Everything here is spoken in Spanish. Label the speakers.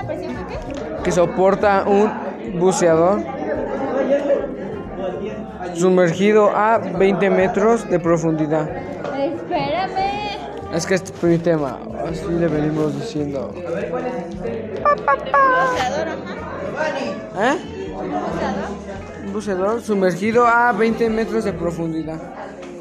Speaker 1: ¿La presión de qué?
Speaker 2: que soporta un buceador sumergido a 20 metros de profundidad.
Speaker 1: Espérame.
Speaker 2: Es que este es mi tema, así le venimos diciendo.
Speaker 1: Buceador, ajá.
Speaker 2: ¿Eh?
Speaker 1: Buceador.
Speaker 2: Un buceador sumergido a 20 metros de profundidad.